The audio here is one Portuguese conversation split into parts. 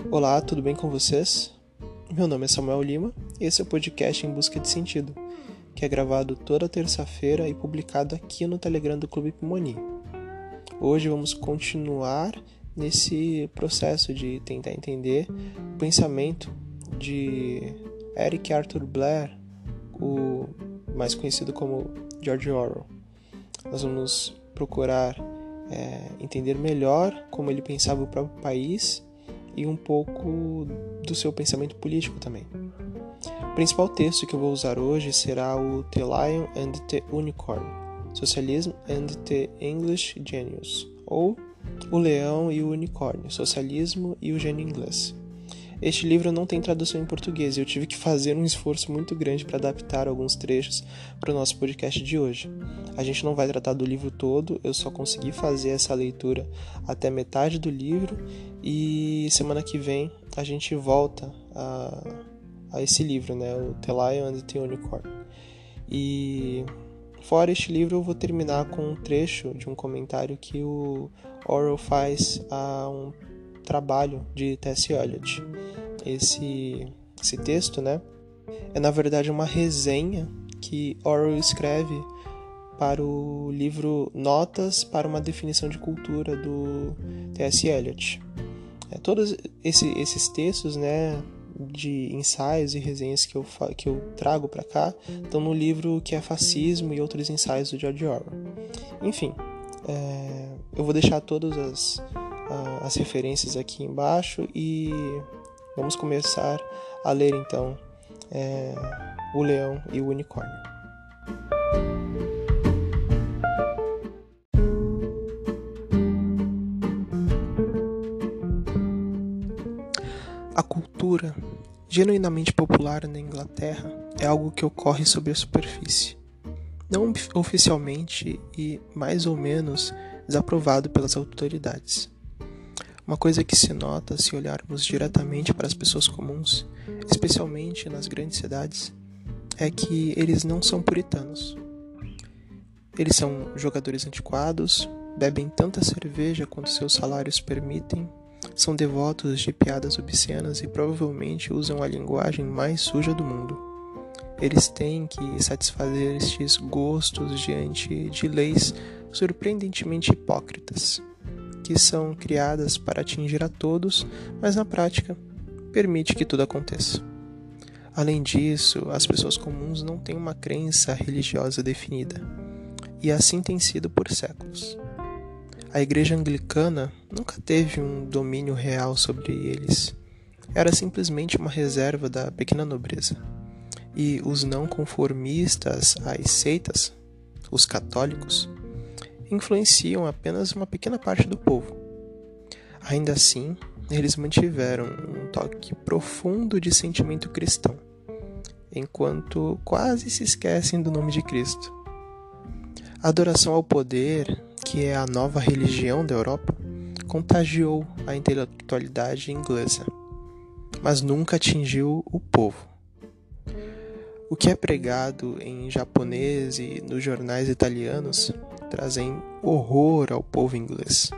Olá, tudo bem com vocês? Meu nome é Samuel Lima e esse é o podcast Em Busca de Sentido, que é gravado toda terça-feira e publicado aqui no Telegram do Clube Pimoni. Hoje vamos continuar nesse processo de tentar entender o pensamento de Eric Arthur Blair, o mais conhecido como George Orwell. Nós vamos procurar entender melhor como ele pensava o próprio país e um pouco do seu pensamento político também. O principal texto que eu vou usar hoje será o The Lion and the Unicorn, Socialism and the English Genius, ou O Leão e o Unicórnio, Socialismo e o Gênio Inglês. Este livro não tem tradução em português e eu tive que fazer um esforço muito grande para adaptar alguns trechos para o nosso podcast de hoje. A gente não vai tratar do livro todo, eu só consegui fazer essa leitura até metade do livro e semana que vem a gente volta a esse livro, né, o The Lion and the Unicorn. E fora este livro eu vou terminar com um trecho de um comentário que o Orwell faz a um trabalho de T.S. Eliot. Esse texto, né, é na verdade uma resenha que Orwell escreve para o livro Notas para uma Definição de Cultura do T.S. Eliot. Todos esses textos, né, de ensaios e resenhas que eu trago para cá estão no livro que é Fascismo e Outros Ensaios do George Orwell. Enfim, eu vou deixar todas as referências aqui embaixo e vamos começar a ler então O Leão e o Unicórnio. A cultura genuinamente popular na Inglaterra é algo que ocorre sobre a superfície, não oficialmente e mais ou menos desaprovado pelas autoridades. Uma coisa que se nota se olharmos diretamente para as pessoas comuns, especialmente nas grandes cidades, é que eles não são puritanos. Eles são jogadores antiquados, bebem tanta cerveja quanto seus salários permitem, são devotos de piadas obscenas e provavelmente usam a linguagem mais suja do mundo. Eles têm que satisfazer estes gostos diante de leis surpreendentemente hipócritas, que são criadas para atingir a todos, mas na prática permite que tudo aconteça. Além disso, as pessoas comuns não têm uma crença religiosa definida, e assim tem sido por séculos. A Igreja Anglicana nunca teve um domínio real sobre eles. Era simplesmente uma reserva da pequena nobreza. E os não conformistas às seitas, os católicos, influenciam apenas uma pequena parte do povo. Ainda assim, eles mantiveram um toque profundo de sentimento cristão, enquanto quase se esquecem do nome de Cristo. A adoração ao poder, que é a nova religião da Europa, contagiou a intelectualidade inglesa, mas nunca atingiu o povo. O que é pregado em japonês e nos jornais italianos trazem horror ao povo inglês.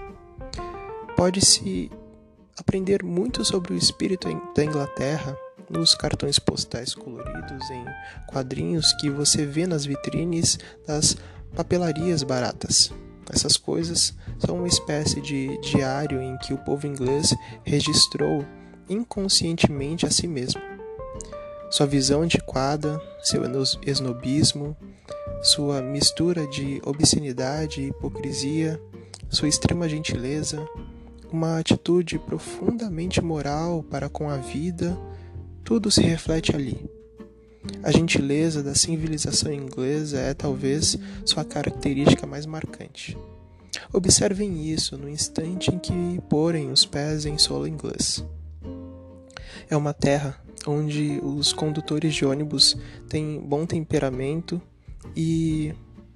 Pode-se aprender muito sobre o espírito da Inglaterra nos cartões postais coloridos em quadrinhos que você vê nas vitrines das papelarias baratas. Essas coisas são uma espécie de diário em que o povo inglês registrou inconscientemente a si mesmo. Sua visão antiquada, seu esnobismo, sua mistura de obscenidade e hipocrisia, sua extrema gentileza, uma atitude profundamente moral para com a vida, tudo se reflete ali. A gentileza da civilização inglesa é talvez sua característica mais marcante. Observem isso no instante em que porem os pés em solo inglês. É uma terra onde os condutores de ônibus têm bom temperamento e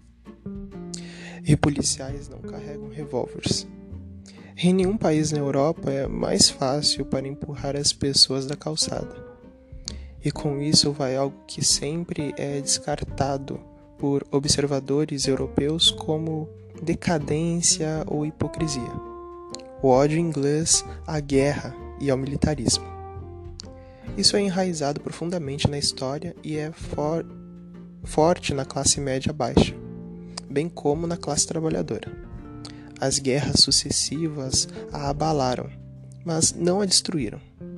policiais não carregam revólveres. Em nenhum país na Europa é mais fácil para empurrar as pessoas da calçada. E com isso vai algo que sempre é descartado por observadores europeus como decadência ou hipocrisia. O ódio inglês à guerra e ao militarismo. Isso é enraizado profundamente na história e é forte na classe média baixa, bem como na classe trabalhadora. As guerras sucessivas a abalaram, mas não a destruíram.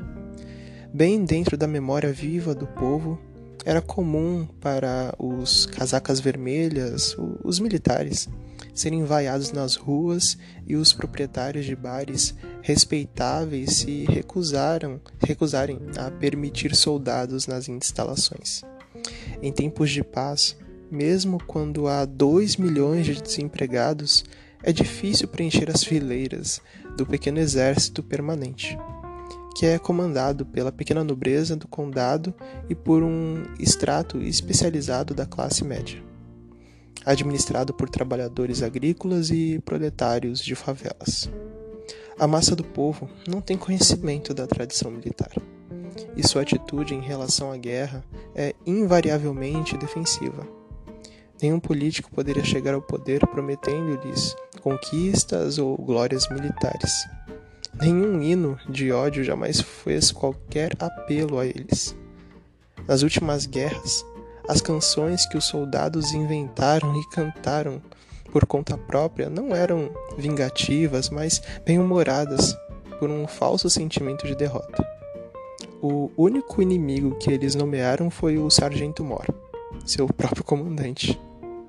Bem dentro da memória viva do povo, era comum para os casacas vermelhas, os militares, serem vaiados nas ruas e os proprietários de bares respeitáveis se recusarem a permitir soldados nas instalações. Em tempos de paz, mesmo quando há 2 milhões de desempregados, é difícil preencher as fileiras do pequeno exército permanente, que é comandado pela pequena nobreza do condado e por um extrato especializado da classe média, administrado por trabalhadores agrícolas e proletários de favelas. A massa do povo não tem conhecimento da tradição militar, e sua atitude em relação à guerra é invariavelmente defensiva. Nenhum político poderia chegar ao poder prometendo-lhes conquistas ou glórias militares. Nenhum hino de ódio jamais fez qualquer apelo a eles. Nas últimas guerras, as canções que os soldados inventaram e cantaram por conta própria não eram vingativas, mas bem-humoradas por um falso sentimento de derrota. O único inimigo que eles nomearam foi o Sargento Mor, seu próprio comandante.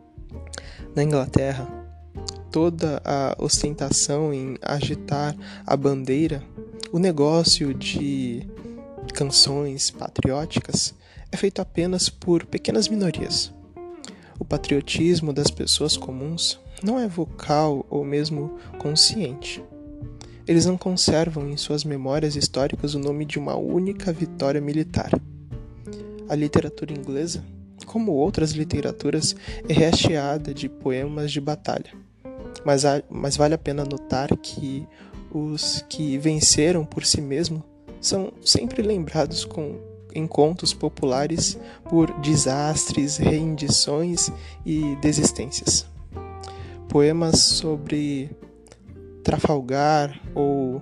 Na Inglaterra, toda a ostentação em agitar a bandeira, o negócio de canções patrióticas é feito apenas por pequenas minorias. O patriotismo das pessoas comuns não é vocal ou mesmo consciente. Eles não conservam em suas memórias históricas o nome de uma única vitória militar. A literatura inglesa, como outras literaturas, é recheada de poemas de batalha. Mas vale a pena notar que os que venceram por si mesmos são sempre lembrados em contos populares por desastres, rendições e desistências. Poemas sobre Trafalgar ou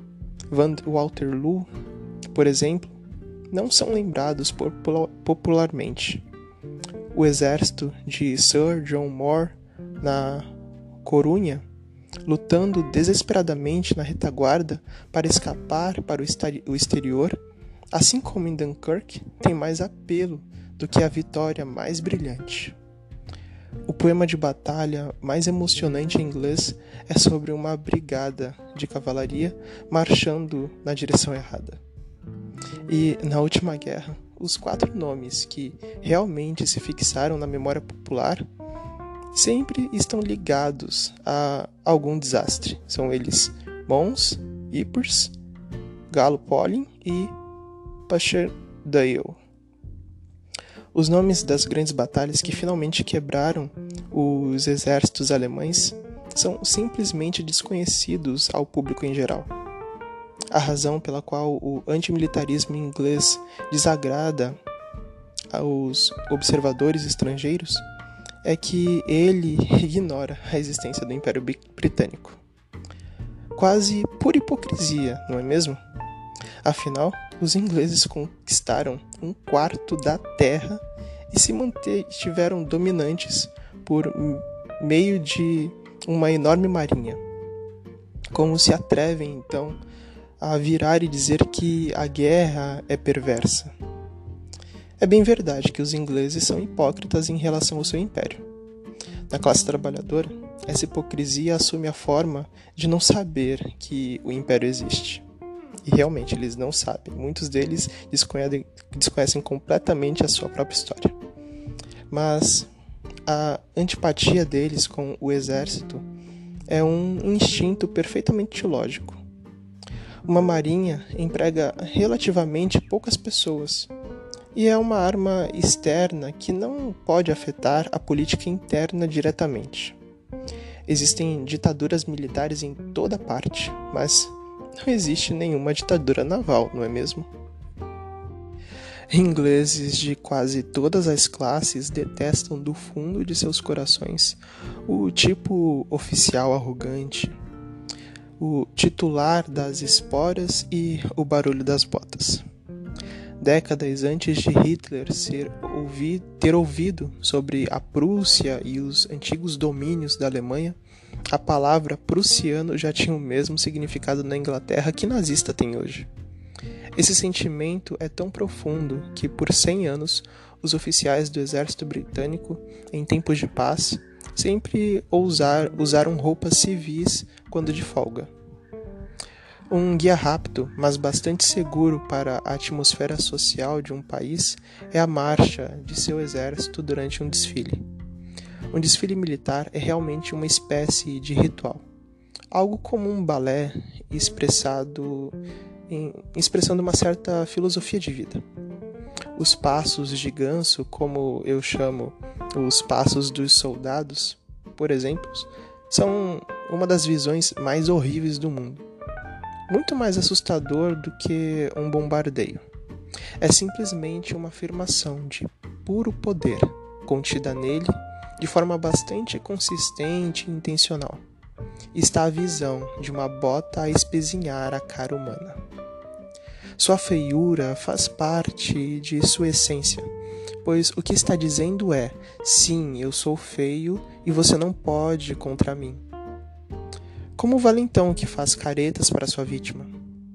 Waterloo, por exemplo, não são lembrados popularmente. O exército de Sir John Moore na Corunha, lutando desesperadamente na retaguarda para escapar para o exterior, assim como em Dunkirk, tem mais apelo do que a vitória mais brilhante. O poema de batalha mais emocionante em inglês é sobre uma brigada de cavalaria marchando na direção errada. E, na última guerra, os 4 nomes que realmente se fixaram na memória popular sempre estão ligados a algum desastre. São eles Mons, Ypres, Gallipoli e Passchendaele. Os nomes das grandes batalhas que finalmente quebraram os exércitos alemães são simplesmente desconhecidos ao público em geral. A razão pela qual o antimilitarismo inglês desagrada aos observadores estrangeiros é que ele ignora a existência do Império Britânico. Quase por hipocrisia, não é mesmo? Afinal, os ingleses conquistaram 1/4 da terra e se mantiveram dominantes por meio de uma enorme marinha. Como se atrevem, então, a virar e dizer que a guerra é perversa? É bem verdade que os ingleses são hipócritas em relação ao seu império. Na classe trabalhadora, essa hipocrisia assume a forma de não saber que o império existe. E realmente eles não sabem. Muitos deles desconhecem completamente a sua própria história. Mas a antipatia deles com o exército é um instinto perfeitamente lógico. Uma marinha emprega relativamente poucas pessoas e é uma arma externa que não pode afetar a política interna diretamente. Existem ditaduras militares em toda parte, mas não existe nenhuma ditadura naval, não é mesmo? Ingleses de quase todas as classes detestam do fundo de seus corações o tipo oficial arrogante, o titular das esporas e o barulho das botas. Décadas antes de Hitler ter ouvido sobre a Prússia e os antigos domínios da Alemanha, a palavra prussiano já tinha o mesmo significado na Inglaterra que nazista tem hoje. Esse sentimento é tão profundo que, por 100 anos, os oficiais do exército britânico, em tempos de paz, sempre usaram roupas civis quando de folga. Um guia rápido, mas bastante seguro para a atmosfera social de um país é a marcha de seu exército durante um desfile. Um desfile militar é realmente uma espécie de ritual, algo como um balé expressando uma certa filosofia de vida. Os passos de ganso, como eu chamo os passos dos soldados, por exemplo, são uma das visões mais horríveis do mundo. Muito mais assustador do que um bombardeio. É simplesmente uma afirmação de puro poder, contida nele de forma bastante consistente e intencional. Está a visão de uma bota a espezinhar a cara humana. Sua feiura faz parte de sua essência, pois o que está dizendo é: sim, eu sou feio e você não pode contra mim. Como o valentão que faz caretas para sua vítima?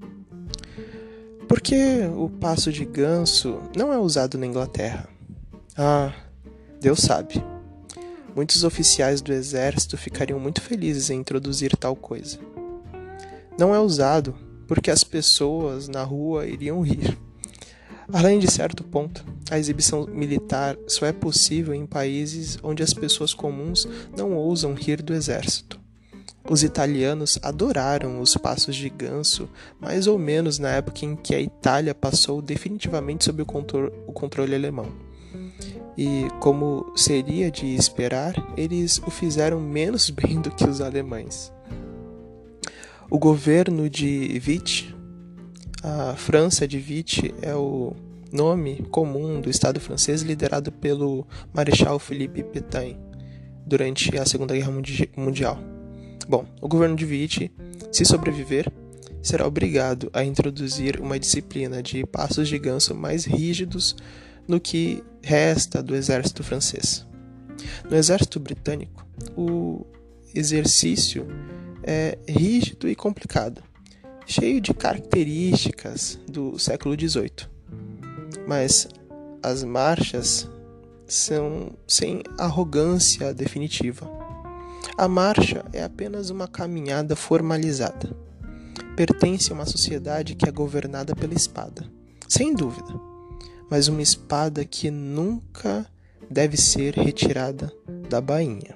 Por que o passo de ganso não é usado na Inglaterra? Ah, Deus sabe. Muitos oficiais do exército ficariam muito felizes em introduzir tal coisa. Não é usado porque as pessoas na rua iriam rir. Além de certo ponto, a exibição militar só é possível em países onde as pessoas comuns não ousam rir do exército. Os italianos adoraram os passos de ganso, mais ou menos na época em que a Itália passou definitivamente sob o controle alemão. E, como seria de esperar, eles o fizeram menos bem do que os alemães. O governo de Vichy, a França de Vichy, é o nome comum do Estado francês liderado pelo Marechal Philippe Pétain durante a Segunda Guerra Mundial. Bom, o governo de Vichy, se sobreviver, será obrigado a introduzir uma disciplina de passos de ganso mais rígidos no que resta do exército francês. No exército britânico, o exercício é rígido e complicado, cheio de características do século XVIII. Mas as marchas são sem arrogância definitiva. A marcha é apenas uma caminhada formalizada. Pertence a uma sociedade que é governada pela espada, sem dúvida, mas uma espada que nunca deve ser retirada da bainha.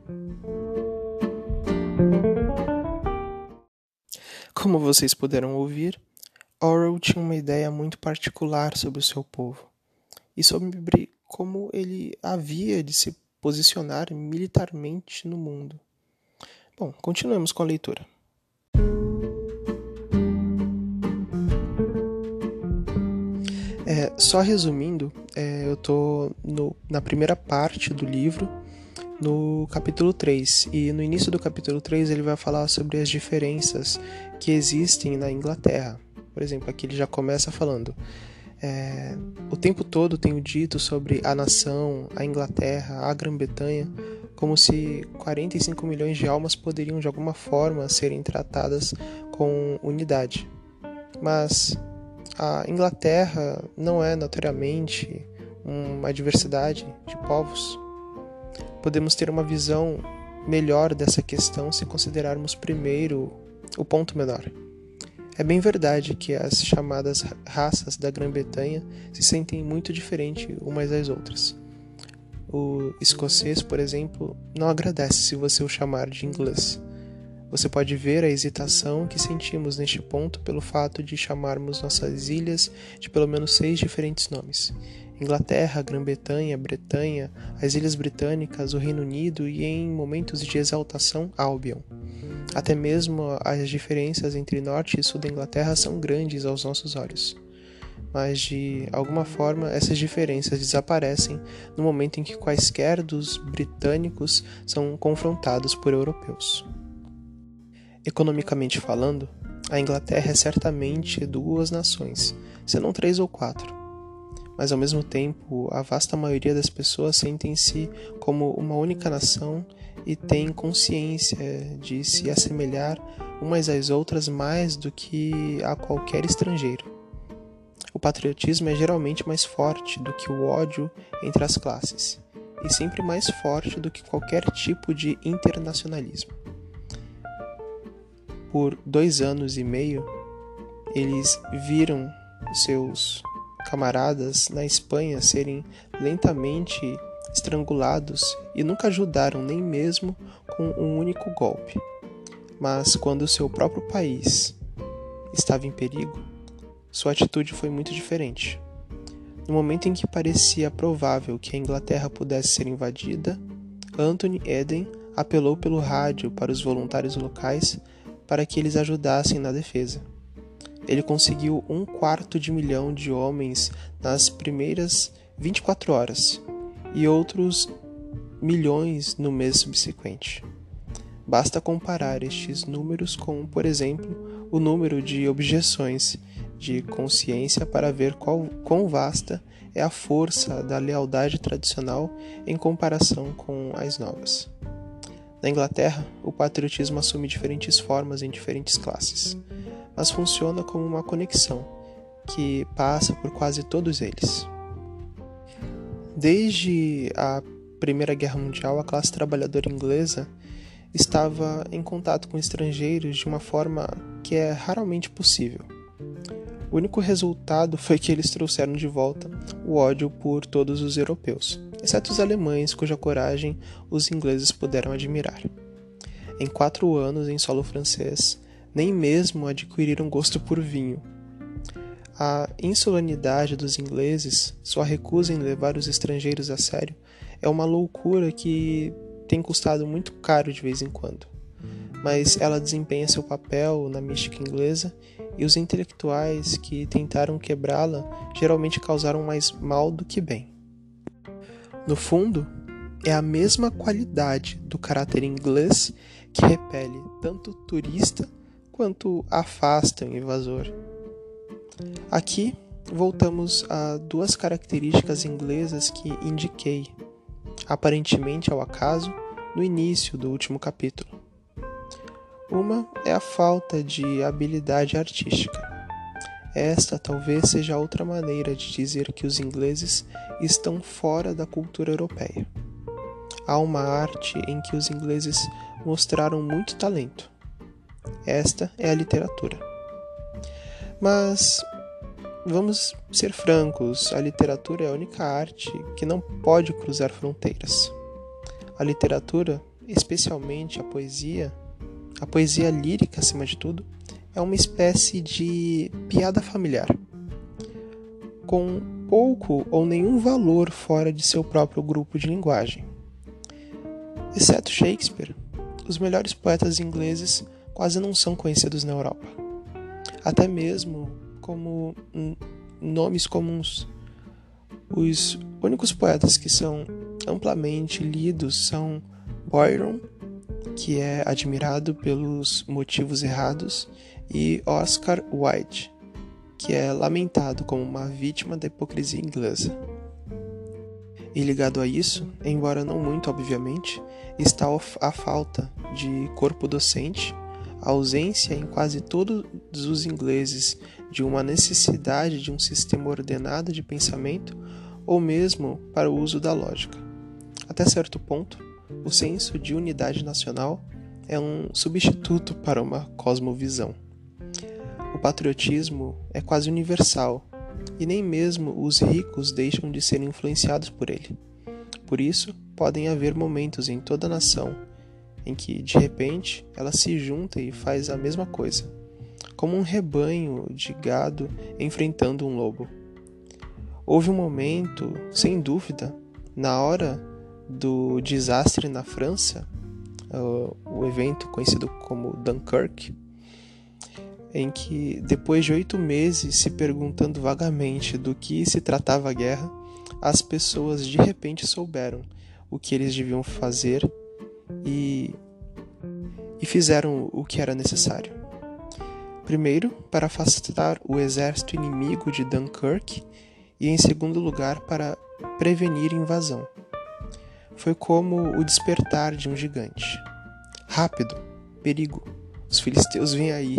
Como vocês puderam ouvir, Orwell tinha uma ideia muito particular sobre o seu povo e sobre como ele havia de se posicionar militarmente no mundo. Bom, continuemos com a leitura. Só resumindo, eu estou na primeira parte do livro, no capítulo 3. E no início do capítulo 3 ele vai falar sobre as diferenças que existem na Inglaterra. Por exemplo, aqui ele já começa falando: o tempo todo tenho dito sobre a nação, a Inglaterra, a Grã-Bretanha, como se 45 milhões de almas poderiam de alguma forma serem tratadas com unidade. Mas a Inglaterra não é notoriamente uma diversidade de povos. Podemos ter uma visão melhor dessa questão se considerarmos primeiro o ponto menor. É bem verdade que as chamadas raças da Grã-Bretanha se sentem muito diferentes umas das outras. O escocês, por exemplo, não agradece se você o chamar de inglês. Você pode ver a hesitação que sentimos neste ponto pelo fato de chamarmos nossas ilhas de pelo menos 6 diferentes nomes: Inglaterra, Grã-Bretanha, Bretanha, as Ilhas Britânicas, o Reino Unido e, em momentos de exaltação, Albion. Até mesmo as diferenças entre norte e sul da Inglaterra são grandes aos nossos olhos. Mas, de alguma forma, essas diferenças desaparecem no momento em que quaisquer dos britânicos são confrontados por europeus. Economicamente falando, a Inglaterra é certamente duas nações, se não três ou quatro. Mas ao mesmo tempo, a vasta maioria das pessoas sentem-se como uma única nação e tem consciência de se assemelhar umas às outras mais do que a qualquer estrangeiro. O patriotismo é geralmente mais forte do que o ódio entre as classes, e sempre mais forte do que qualquer tipo de internacionalismo. Por 2 anos e meio, eles viram seus camaradas na Espanha serem lentamente estrangulados e nunca ajudaram nem mesmo com um único golpe. Mas quando seu próprio país estava em perigo, sua atitude foi muito diferente. No momento em que parecia provável que a Inglaterra pudesse ser invadida, Anthony Eden apelou pelo rádio para os voluntários locais para que eles ajudassem na defesa. Ele conseguiu 250 mil de homens nas primeiras 24 horas e outros milhões no mês subsequente. Basta comparar estes números com, por exemplo, o número de objeções de consciência para ver quão vasta é a força da lealdade tradicional em comparação com as novas. Na Inglaterra, o patriotismo assume diferentes formas em diferentes classes, mas funciona como uma conexão que passa por quase todos eles. Desde a Primeira Guerra Mundial, a classe trabalhadora inglesa estava em contato com estrangeiros de uma forma que é raramente possível. O único resultado foi que eles trouxeram de volta o ódio por todos os europeus, exceto os alemães, cuja coragem os ingleses puderam admirar. Em 4 anos em solo francês, nem mesmo adquiriram gosto por vinho. A insolenidade dos ingleses, sua recusa em levar os estrangeiros a sério, é uma loucura que tem custado muito caro de vez em quando. Mas ela desempenha seu papel na mística inglesa e os intelectuais que tentaram quebrá-la geralmente causaram mais mal do que bem. No fundo, é a mesma qualidade do caráter inglês que repele tanto o turista quanto afasta o invasor. Aqui, voltamos a 2 características inglesas que indiquei, aparentemente ao acaso, no início do último capítulo. Uma é a falta de habilidade artística. Esta talvez seja outra maneira de dizer que os ingleses estão fora da cultura europeia. Há uma arte em que os ingleses mostraram muito talento. Esta é a literatura. Mas, vamos ser francos, a literatura é a única arte que não pode cruzar fronteiras. A literatura, especialmente a poesia lírica acima de tudo, é uma espécie de piada familiar, com pouco ou nenhum valor fora de seu próprio grupo de linguagem. Exceto Shakespeare, os melhores poetas ingleses quase não são conhecidos na Europa. Até mesmo como nomes comuns. Os únicos poetas que são amplamente lidos são Byron, que é admirado pelos motivos errados, e Oscar Wilde, que é lamentado como uma vítima da hipocrisia inglesa. E ligado a isso, embora não muito obviamente, está a falta de corpo docente, a ausência em quase todos os ingleses de uma necessidade de um sistema ordenado de pensamento ou mesmo para o uso da lógica. Até certo ponto, o senso de unidade nacional é um substituto para uma cosmovisão. O patriotismo é quase universal e nem mesmo os ricos deixam de ser influenciados por ele. Por isso, podem haver momentos em toda a nação em que, de repente, ela se junta e faz a mesma coisa, como um rebanho de gado enfrentando um lobo. Houve um momento, sem dúvida, na hora do desastre na França, o evento conhecido como Dunkirk, em que, depois de 8 meses se perguntando vagamente do que se tratava a guerra, as pessoas de repente souberam o que eles deviam fazer e e fizeram o que era necessário. Primeiro, para afastar o exército inimigo de Dunkirk e, em segundo lugar, para prevenir invasão. Foi como o despertar de um gigante. Rápido, perigo, os filisteus vêm aí.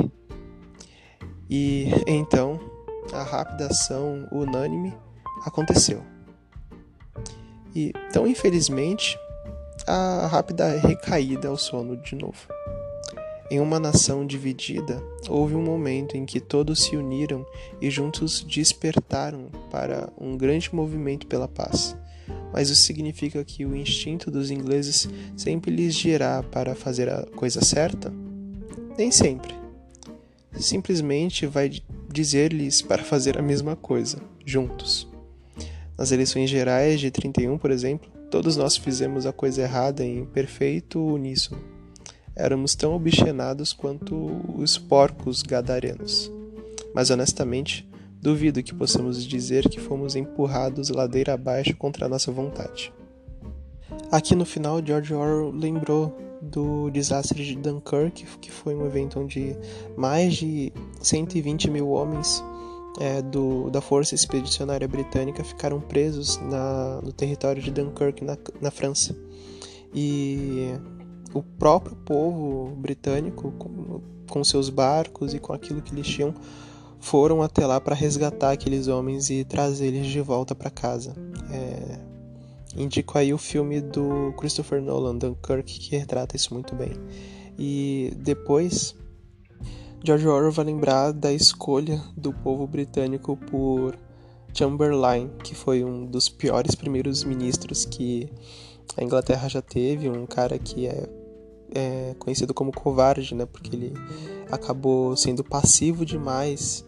E então, a rápida ação unânime aconteceu. E, tão infelizmente, a rápida recaída ao sono de novo. Em uma nação dividida, houve um momento em que todos se uniram e juntos despertaram para um grande movimento pela paz. Mas isso significa que o instinto dos ingleses sempre lhes dirá para fazer a coisa certa? Nem sempre. Simplesmente vai dizer-lhes para fazer a mesma coisa, juntos. Nas eleições gerais de 31, por exemplo, todos nós fizemos a coisa errada em perfeito uníssono. Éramos tão obstinados quanto os porcos gadarenos. Mas, honestamente, duvido que possamos dizer que fomos empurrados ladeira abaixo contra a nossa vontade. Aqui no final, George Orwell lembrou do desastre de Dunkirk, que foi um evento onde mais de 120 mil homens da Força Expedicionária Britânica ficaram presos no território de Dunkirk, na França. E o próprio povo britânico, com seus barcos e com aquilo que eles tinham, foram até lá para resgatar aqueles homens e trazê-los de volta para casa. Indico aí o filme do Christopher Nolan, Dunkirk, que retrata isso muito bem. E depois, George Orwell vai lembrar da escolha do povo britânico por Chamberlain, que foi um dos piores primeiros ministros que a Inglaterra já teve, um cara que é conhecido como covarde, né, porque ele acabou sendo passivo demais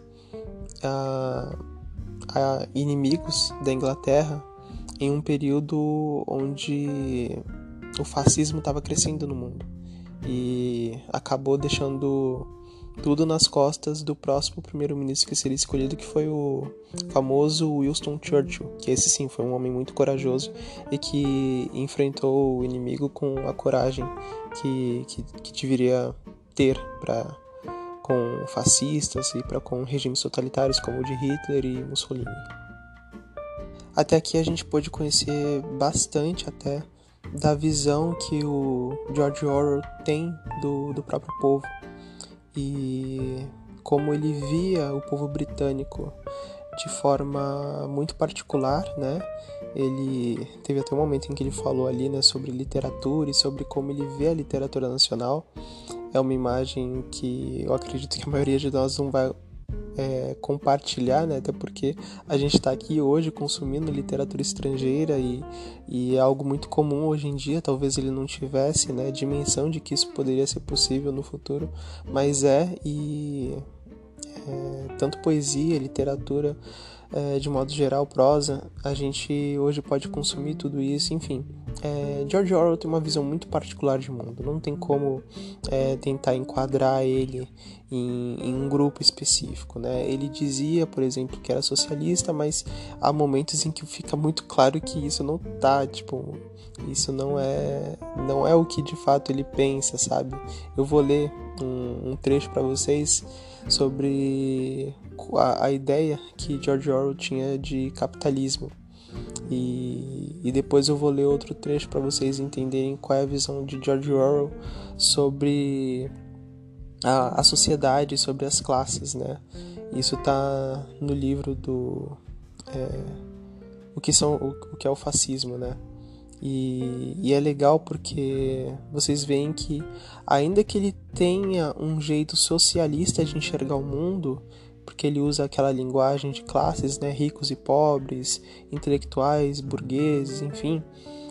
a inimigos da Inglaterra em um período onde o fascismo estava crescendo no mundo e acabou deixando tudo nas costas do próximo primeiro-ministro que seria escolhido, que foi o famoso Winston Churchill, que esse sim foi um homem muito corajoso e que enfrentou o inimigo com a coragem que deveria ter com fascistas e com regimes totalitários como o de Hitler e Mussolini. Até aqui a gente pôde conhecer bastante até da visão que o George Orwell tem do próprio povo e como ele via o povo britânico de forma muito particular, né? Ele teve até um momento em que ele falou ali, né, sobre literatura e sobre como ele vê a literatura nacional. É uma imagem que eu acredito que a maioria de nós não vai compartilhar, né? Até porque a gente está aqui hoje consumindo literatura estrangeira e é algo muito comum hoje em dia. Talvez ele não tivesse, né, dimensão de que isso poderia ser possível no futuro, mas tanto poesia, literatura, de modo geral, prosa, a gente hoje pode consumir tudo isso, enfim. George Orwell tem uma visão muito particular de mundo, não tem como tentar enquadrar ele em um grupo específico, né? Ele dizia, por exemplo, que era socialista, mas há momentos em que fica muito claro que isso não tá, isso não é o que de fato ele pensa, sabe? Eu vou ler um trecho para vocês sobre a ideia que George Orwell tinha de capitalismo. E depois eu vou ler outro trecho para vocês entenderem qual é a visão de George Orwell sobre a sociedade, sobre as classes, né? Isso está no livro o que é o fascismo, né? E é legal porque vocês veem que, ainda que ele tenha um jeito socialista de enxergar o mundo, porque ele usa aquela linguagem de classes, né, ricos e pobres, intelectuais, burgueses, enfim,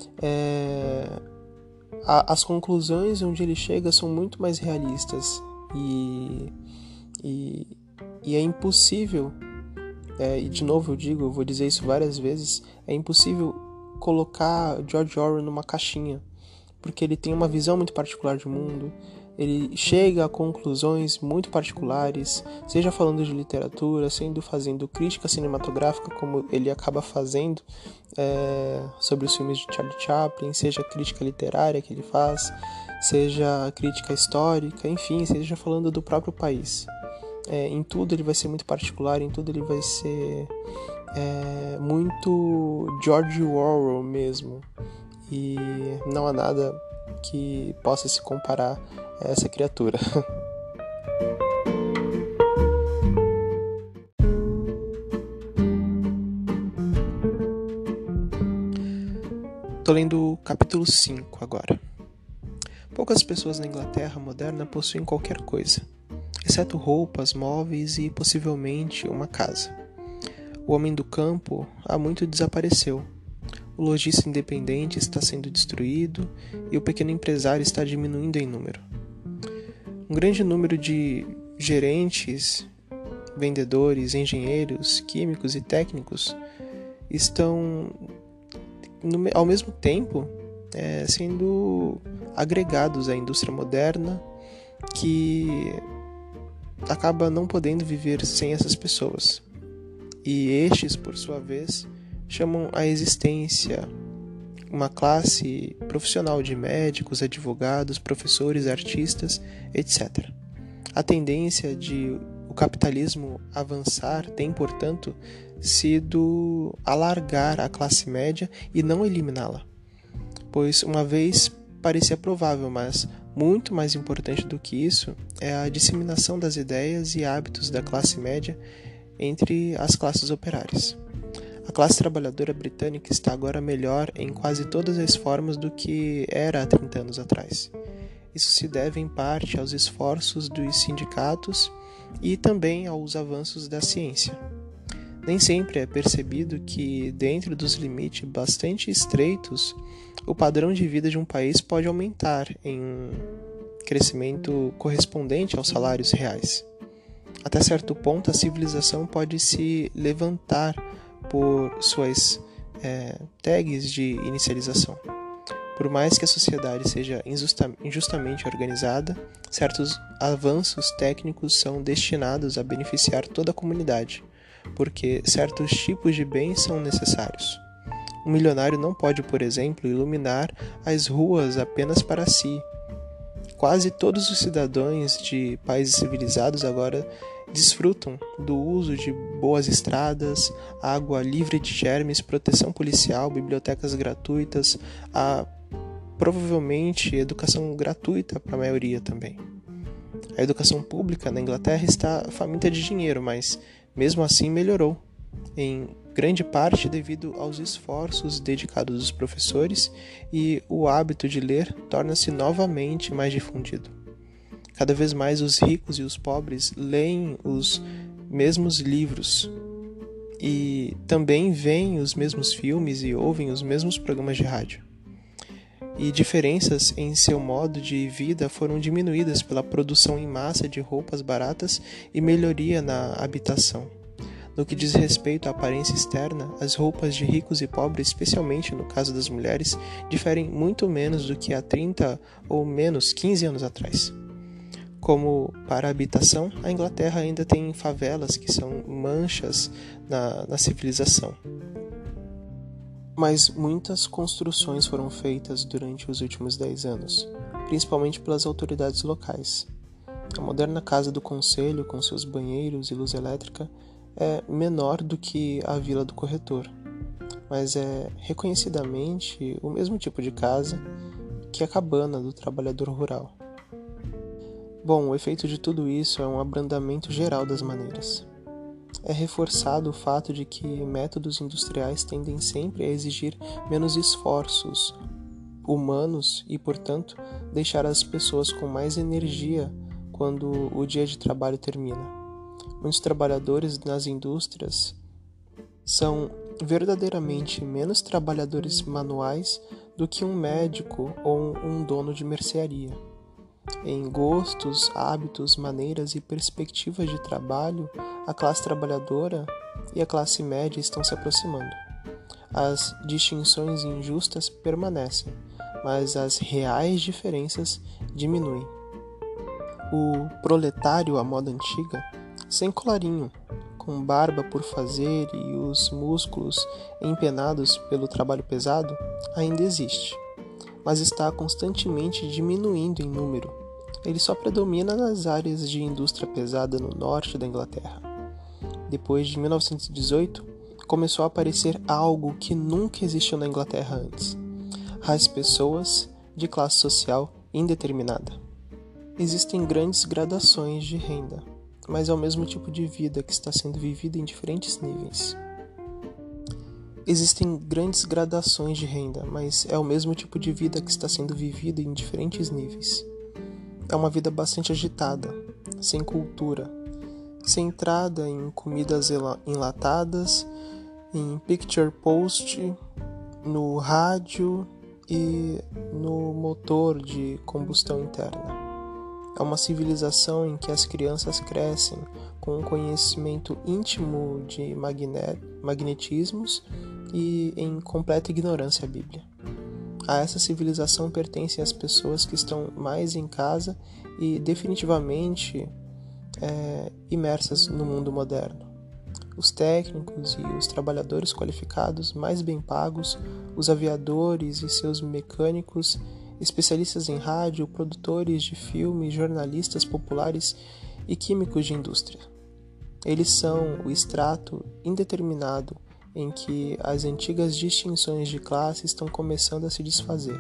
as conclusões onde ele chega são muito mais realistas e é impossível, e de novo eu vou dizer isso várias vezes, é impossível colocar George Orwell numa caixinha, porque ele tem uma visão muito particular de mundo, ele chega a conclusões muito particulares, seja falando de literatura, fazendo crítica cinematográfica, como ele acaba fazendo sobre os filmes de Charlie Chaplin, seja crítica literária que ele faz, seja crítica histórica, enfim, seja falando do próprio país. Em tudo ele vai ser muito particular, em tudo ele vai ser muito George Orwell mesmo. E não há nada que possa se comparar a essa criatura. Tô lendo o capítulo 5 agora. Poucas pessoas na Inglaterra moderna possuem qualquer coisa, exceto roupas, móveis e possivelmente uma casa. O homem do campo há muito desapareceu. O lojista independente está sendo destruído e o pequeno empresário está diminuindo em número. Um grande número de gerentes, vendedores, engenheiros, químicos e técnicos estão ao mesmo tempo sendo agregados à indústria moderna, que acaba não podendo viver sem essas pessoas. E estes, por sua vez, chamam à existência uma classe profissional de médicos, advogados, professores, artistas, etc. A tendência de o capitalismo avançar tem, portanto, sido alargar a classe média e não eliminá-la, pois uma vez parecia provável, mas muito mais importante do que isso é a disseminação das ideias e hábitos da classe média entre as classes operárias. A classe trabalhadora britânica está agora melhor em quase todas as formas do que era há 30 anos atrás. Isso se deve em parte aos esforços dos sindicatos e também aos avanços da ciência. Nem sempre é percebido que, dentro dos limites bastante estreitos, o padrão de vida de um país pode aumentar em um crescimento correspondente aos salários reais. Até certo ponto, a civilização pode se levantar por suas tags de inicialização. Por mais que a sociedade seja injustamente organizada, certos avanços técnicos são destinados a beneficiar toda a comunidade, porque certos tipos de bens são necessários. Um milionário não pode, por exemplo, iluminar as ruas apenas para si. Quase todos os cidadãos de países civilizados agora desfrutam do uso de boas estradas, água livre de germes, proteção policial, bibliotecas gratuitas, provavelmente educação gratuita para a maioria também. A educação pública na Inglaterra está faminta de dinheiro, mas mesmo assim melhorou, em grande parte devido aos esforços dedicados dos professores, e o hábito de ler torna-se novamente mais difundido. Cada vez mais os ricos e os pobres leem os mesmos livros e também veem os mesmos filmes e ouvem os mesmos programas de rádio. E diferenças em seu modo de vida foram diminuídas pela produção em massa de roupas baratas e melhoria na habitação. No que diz respeito à aparência externa, as roupas de ricos e pobres, especialmente no caso das mulheres, diferem muito menos do que há 30 ou menos 15 anos atrás. Como para a habitação, a Inglaterra ainda tem favelas que são manchas na civilização. Mas muitas construções foram feitas durante os últimos 10 anos, principalmente pelas autoridades locais. A moderna Casa do Conselho, com seus banheiros e luz elétrica, é menor do que a Vila do Corretor, mas é reconhecidamente o mesmo tipo de casa que a cabana do trabalhador rural. Bom, o efeito de tudo isso é um abrandamento geral das maneiras. É reforçado o fato de que métodos industriais tendem sempre a exigir menos esforços humanos e, portanto, deixar as pessoas com mais energia quando o dia de trabalho termina. Muitos trabalhadores nas indústrias são verdadeiramente menos trabalhadores manuais do que um médico ou um dono de mercearia. Em gostos, hábitos, maneiras e perspectivas de trabalho, a classe trabalhadora e a classe média estão se aproximando. As distinções injustas permanecem, mas as reais diferenças diminuem. O proletário à moda antiga, sem colarinho, com barba por fazer e os músculos empenados pelo trabalho pesado, ainda existe. mas está constantemente diminuindo em número. Ele só predomina nas áreas de indústria pesada no norte da Inglaterra. Depois de 1918, começou a aparecer algo que nunca existiu na Inglaterra antes: as pessoas de classe social indeterminada. Existem grandes gradações de renda, mas é o mesmo tipo de vida que está sendo vivida em diferentes níveis. Existem grandes gradações de renda, mas é o mesmo tipo de vida que está sendo vivida em diferentes níveis. É uma vida bastante agitada, sem cultura, centrada em comidas enlatadas, em picture post, no rádio e no motor de combustão interna. É uma civilização em que as crianças crescem com um conhecimento íntimo de magnetismos e em completa ignorância à Bíblia. A essa civilização pertencem as pessoas que estão mais em casa e definitivamente imersas no mundo moderno. Os técnicos e os trabalhadores qualificados mais bem pagos, os aviadores e seus mecânicos, especialistas em rádio, produtores de filme, jornalistas populares e químicos de indústria. Eles são o extrato indeterminado em que as antigas distinções de classe estão começando a se desfazer.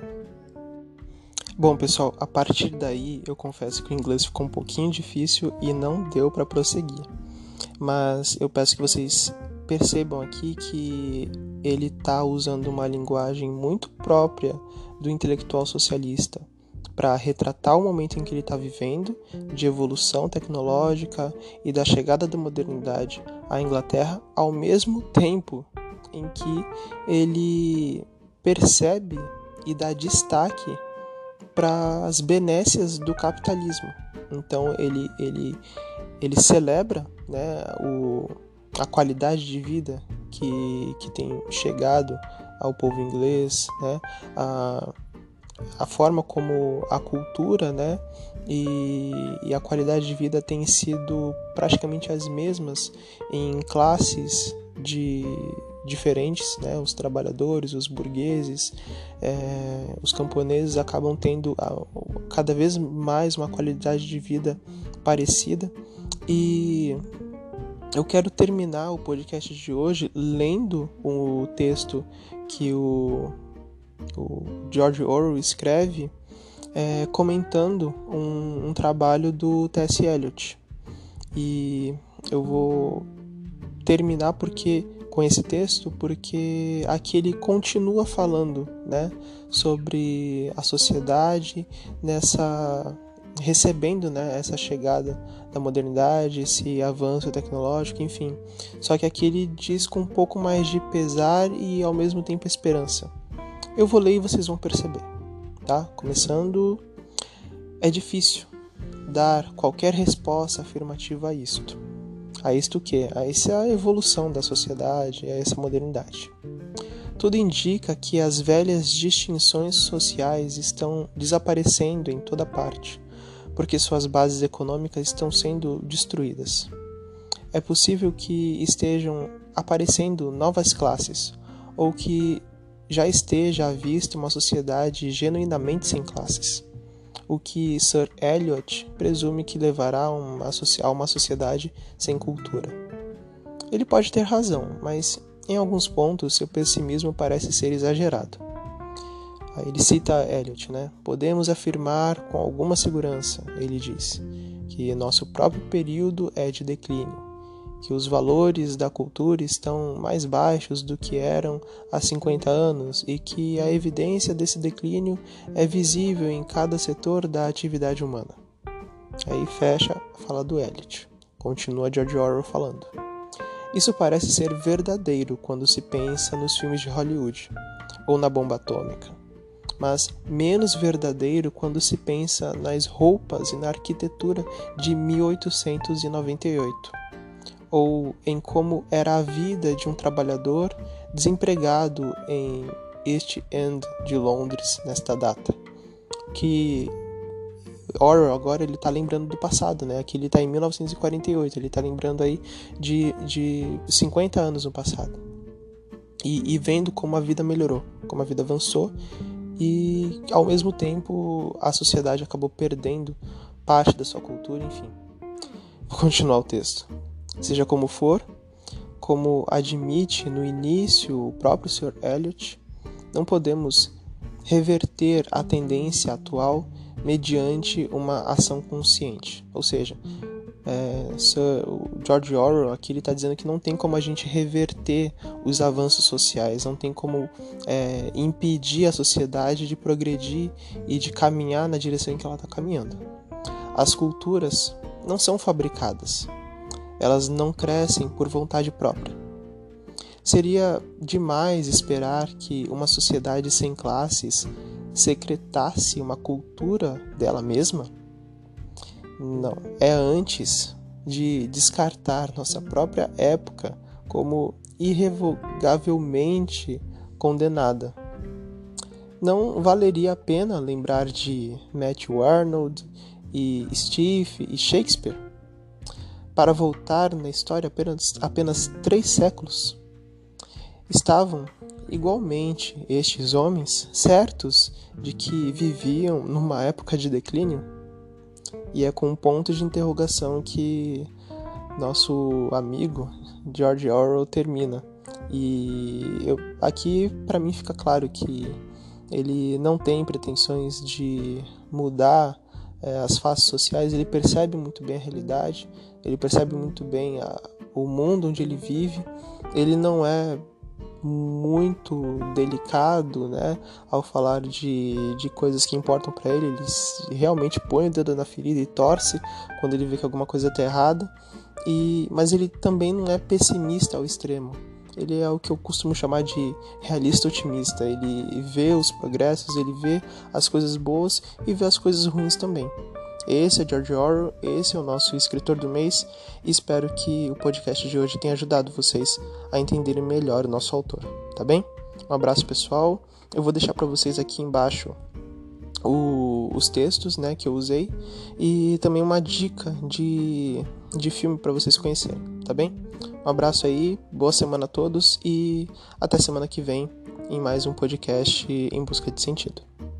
Bom, pessoal, a partir daí eu confesso que o inglês ficou um pouquinho difícil e não deu para prosseguir. Mas eu peço que vocês percebam aqui que ele está usando uma linguagem muito própria do intelectual socialista para retratar o momento em que ele está vivendo, de evolução tecnológica e da chegada da modernidade à Inglaterra, ao mesmo tempo em que ele percebe e dá destaque para as benécias do capitalismo. Então ele celebra, né, a qualidade de vida que tem chegado ao povo inglês, né, a forma como a cultura, né, e a qualidade de vida têm sido praticamente as mesmas em classes diferentes, né? Os trabalhadores, os burgueses, os camponeses acabam tendo cada vez mais uma qualidade de vida parecida. E eu quero terminar o podcast de hoje lendo o texto que o George Orwell escreve, comentando um trabalho do T.S. Eliot. E eu vou terminar com esse texto porque aqui ele continua falando, né, sobre a sociedade recebendo, né, essa chegada da modernidade, esse avanço tecnológico, enfim. Só que aqui ele diz com um pouco mais de pesar e ao mesmo tempo esperança. Eu vou ler e vocês vão perceber, tá? Começando, é difícil dar qualquer resposta afirmativa a isto. A isto o quê? A essa evolução da sociedade, a essa modernidade. Tudo indica que as velhas distinções sociais estão desaparecendo em toda parte, porque suas bases econômicas estão sendo destruídas. É possível que estejam aparecendo novas classes, ou que já esteja à vista uma sociedade genuinamente sem classes, o que Sir Eliot presume que levará a uma sociedade sem cultura. Ele pode ter razão, mas em alguns pontos seu pessimismo parece ser exagerado. Aí ele cita Eliot, né? Podemos afirmar com alguma segurança, ele diz, que nosso próprio período é de declínio, que os valores da cultura estão mais baixos do que eram há 50 anos e que a evidência desse declínio é visível em cada setor da atividade humana. Aí fecha a fala do Eliot. Continua George Orwell falando. Isso parece ser verdadeiro quando se pensa nos filmes de Hollywood ou na bomba atômica, mas menos verdadeiro quando se pensa nas roupas e na arquitetura de 1898. Ou em como era a vida de um trabalhador desempregado em East End de Londres nesta data. Que Orwell agora ele está lembrando do passado, né? Aqui ele está em 1948, ele está lembrando aí de 50 anos no passado. E vendo como a vida melhorou, como a vida avançou e ao mesmo tempo a sociedade acabou perdendo parte da sua cultura, enfim. Vou continuar o texto. Seja como for, como admite no início o próprio Sr. Eliot, não podemos reverter a tendência atual mediante uma ação consciente. Ou seja, o George Orwell aqui está dizendo que não tem como a gente reverter os avanços sociais, não tem como impedir a sociedade de progredir e de caminhar na direção em que ela está caminhando. As culturas não são fabricadas, elas não crescem por vontade própria. Seria demais esperar que uma sociedade sem classes secretasse uma cultura dela mesma? Não, é antes de descartar nossa própria época como irrevogavelmente condenada. Não valeria a pena lembrar de Matthew Arnold e Steve e Shakespeare para voltar na história apenas 3 séculos? Estavam igualmente estes homens certos de que viviam numa época de declínio? E é com um ponto de interrogação que nosso amigo George Orwell termina. E aqui para mim fica claro que ele não tem pretensões de mudar as faces sociais, ele percebe muito bem a realidade, ele percebe muito bem o mundo onde ele vive, ele não é muito delicado, né, ao falar de coisas que importam para ele. Ele realmente põe o dedo na ferida e torce quando ele vê que alguma coisa está errada, mas ele também não é pessimista ao extremo. Ele é o que eu costumo chamar de realista otimista. Ele vê os progressos, ele vê as coisas boas e vê as coisas ruins também. Esse é George Orwell, esse é o nosso escritor do mês, e espero que o podcast de hoje tenha ajudado vocês a entenderem melhor o nosso autor, tá bem? Um abraço, pessoal. Eu vou deixar para vocês aqui embaixo os textos, né, que eu usei, e também uma dica de filme para vocês conhecerem, tá bem? Um abraço aí, boa semana a todos e até semana que vem em mais um podcast Em Busca de Sentido.